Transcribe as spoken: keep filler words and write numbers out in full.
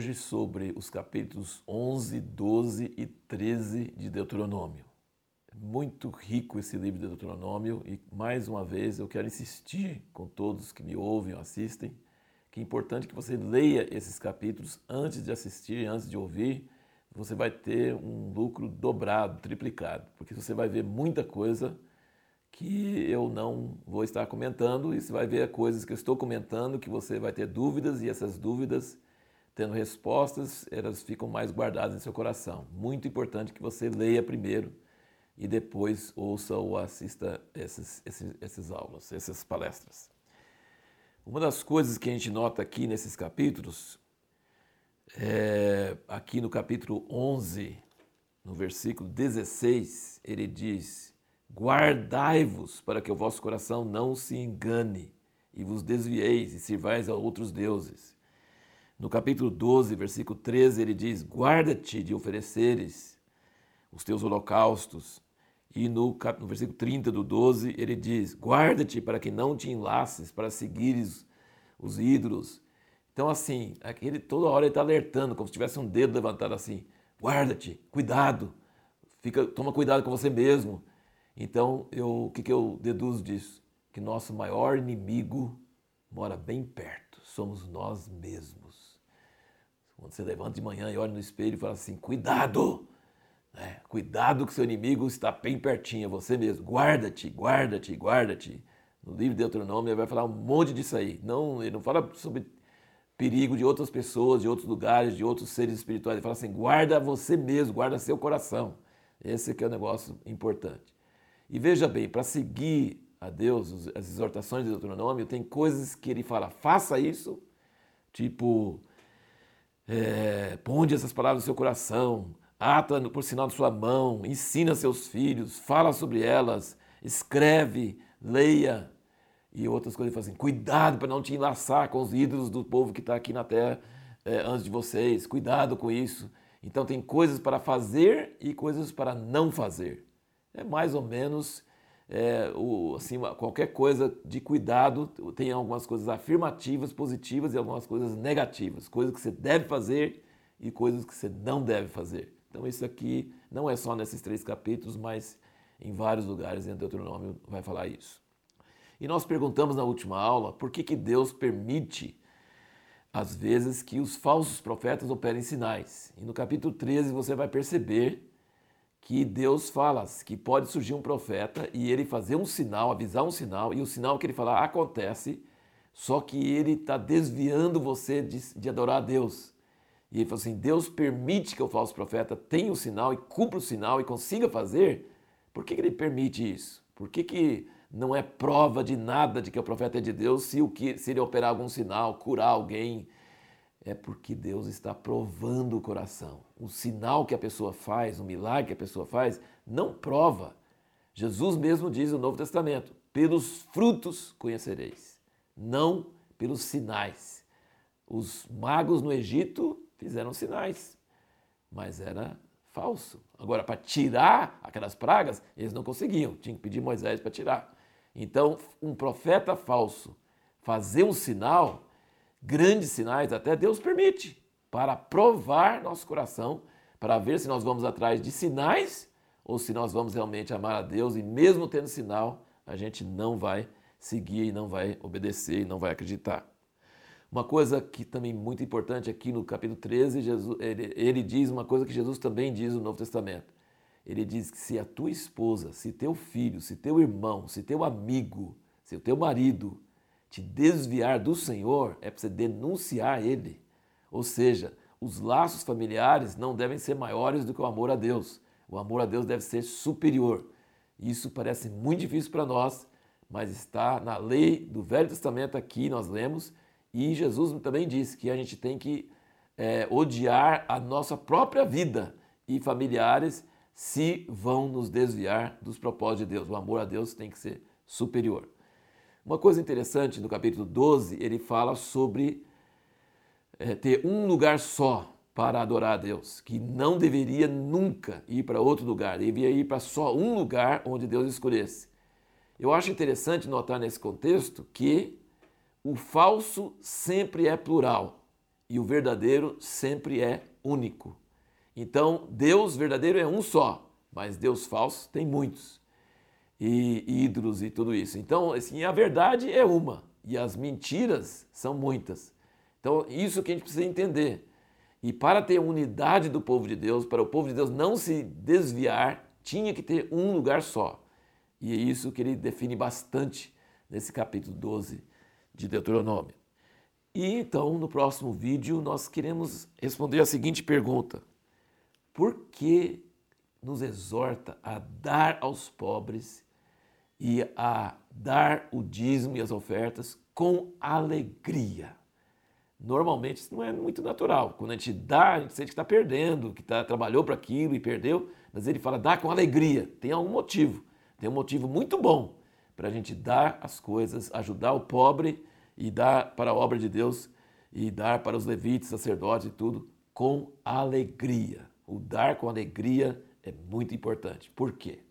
hoje sobre os capítulos onze, doze e treze de Deuteronômio. É muito rico esse livro de Deuteronômio e, mais uma vez, eu quero insistir com todos que me ouvem ou assistem que é importante que você leia esses capítulos antes de assistir, antes de ouvir. Você vai ter um lucro dobrado, triplicado, porque você vai ver muita coisa que eu não vou estar comentando e você vai ver coisas que eu estou comentando que você vai ter dúvidas e essas dúvidas, tendo respostas, elas ficam mais guardadas em seu coração. Muito importante que você leia primeiro e depois ouça ou assista essas, esses, essas aulas, essas palestras. Uma das coisas que a gente nota aqui nesses capítulos, é, aqui no capítulo onze, no versículo dezesseis, ele diz: guardai-vos para que o vosso coração não se engane e vos desvieis e sirvais a outros deuses. No capítulo doze, versículo treze, ele diz: guarda-te de ofereceres os teus holocaustos. E no, cap... no versículo trinta do doze, ele diz: guarda-te para que não te enlaces para seguires os ídolos. Então, assim, aquele, toda hora ele está alertando, como se tivesse um dedo levantado assim: guarda-te, cuidado, fica, toma cuidado com você mesmo. Então, eu, o que, que eu deduzo disso? Que nosso maior inimigo mora bem perto, somos nós mesmos. Quando você levanta de manhã e olha no espelho e fala assim: cuidado! É, cuidado que seu inimigo está bem pertinho, é você mesmo. Guarda-te, guarda-te, guarda-te. No livro de Deuteronômio ele vai falar um monte disso aí. Não, ele não fala sobre perigo de outras pessoas, de outros lugares, de outros seres espirituais. Ele fala assim: guarda você mesmo, guarda seu coração. Esse aqui é o negócio importante. E veja bem, para seguir a Deus, as exortações de Deuteronômio, tem coisas que ele fala: faça isso, tipo, é, ponde essas palavras no seu coração, ata por sinal de sua mão, ensina seus filhos, fala sobre elas, escreve, leia. E outras coisas, ele fala assim: cuidado para não te enlaçar com os ídolos do povo que está aqui na terra é, antes de vocês, cuidado com isso. Então tem coisas para fazer e coisas para não fazer. É mais ou menos, é, o, assim, qualquer coisa de cuidado, tem algumas coisas afirmativas, positivas e algumas coisas negativas. Coisas que você deve fazer e coisas que você não deve fazer. Então isso aqui não é só nesses três capítulos, mas em vários lugares em Deuteronômio vai falar isso. E nós perguntamos na última aula por que, que Deus permite, às vezes, que os falsos profetas operem sinais. E no capítulo treze você vai perceber que Deus fala que pode surgir um profeta e ele fazer um sinal, avisar um sinal, e o sinal que ele falar acontece, só que ele está desviando você de, de adorar a Deus. E ele falou assim: Deus permite que o falso profeta tenha o sinal e cumpra o sinal e consiga fazer. Por que, que ele permite isso? Por que, que não é prova de nada de que o profeta é de Deus se, o que, se ele operar algum sinal, curar alguém? É porque Deus está provando o coração. O sinal que a pessoa faz, o milagre que a pessoa faz, não prova. Jesus mesmo diz no Novo Testamento: pelos frutos conhecereis, não pelos sinais. Os magos no Egito fizeram sinais, mas era falso. Agora, para tirar aquelas pragas, eles não conseguiam, tinham que pedir Moisés para tirar. Então, um profeta falso fazer um sinal, grandes sinais, até Deus permite, para provar nosso coração, para ver se nós vamos atrás de sinais ou se nós vamos realmente amar a Deus e mesmo tendo sinal, a gente não vai seguir e não vai obedecer e não vai acreditar. Uma coisa que também muito importante aqui no capítulo treze, Jesus, ele, ele diz uma coisa que Jesus também diz no Novo Testamento. Ele diz que se a tua esposa, se teu filho, se teu irmão, se teu amigo, se o teu marido te desviar do Senhor, é para você denunciar ele. Ou seja, os laços familiares não devem ser maiores do que o amor a Deus. O amor a Deus deve ser superior. Isso parece muito difícil para nós, mas está na lei do Velho Testamento aqui, nós lemos, e Jesus também disse que a gente tem que é, odiar a nossa própria vida e familiares se vão nos desviar dos propósitos de Deus. O amor a Deus tem que ser superior. Uma coisa interessante, no capítulo doze, ele fala sobre é, ter um lugar só para adorar a Deus, que não deveria nunca ir para outro lugar, deveria ir para só um lugar onde Deus escolhesse. Eu acho interessante notar nesse contexto que o falso sempre é plural e o verdadeiro sempre é único. Então, Deus verdadeiro é um só, mas Deus falso tem muitos. E ídolos e tudo isso. Então, assim, a verdade é uma e as mentiras são muitas. Então, isso que a gente precisa entender. E para ter unidade do povo de Deus, para o povo de Deus não se desviar, tinha que ter um lugar só. E é isso que ele define bastante nesse capítulo doze de Deuteronômio. E então, no próximo vídeo, nós queremos responder a seguinte pergunta: por que nos exorta a dar aos pobres e a dar o dízimo e as ofertas com alegria? Normalmente isso não é muito natural. Quando a gente dá, a gente sente que está perdendo, que tá, trabalhou para aquilo e perdeu, mas ele fala, dá com alegria. Tem algum motivo, tem um motivo muito bom para a gente dar as coisas, ajudar o pobre e dar para a obra de Deus e dar para os levitas, sacerdotes e tudo com alegria. O dar com alegria é muito importante. Por quê?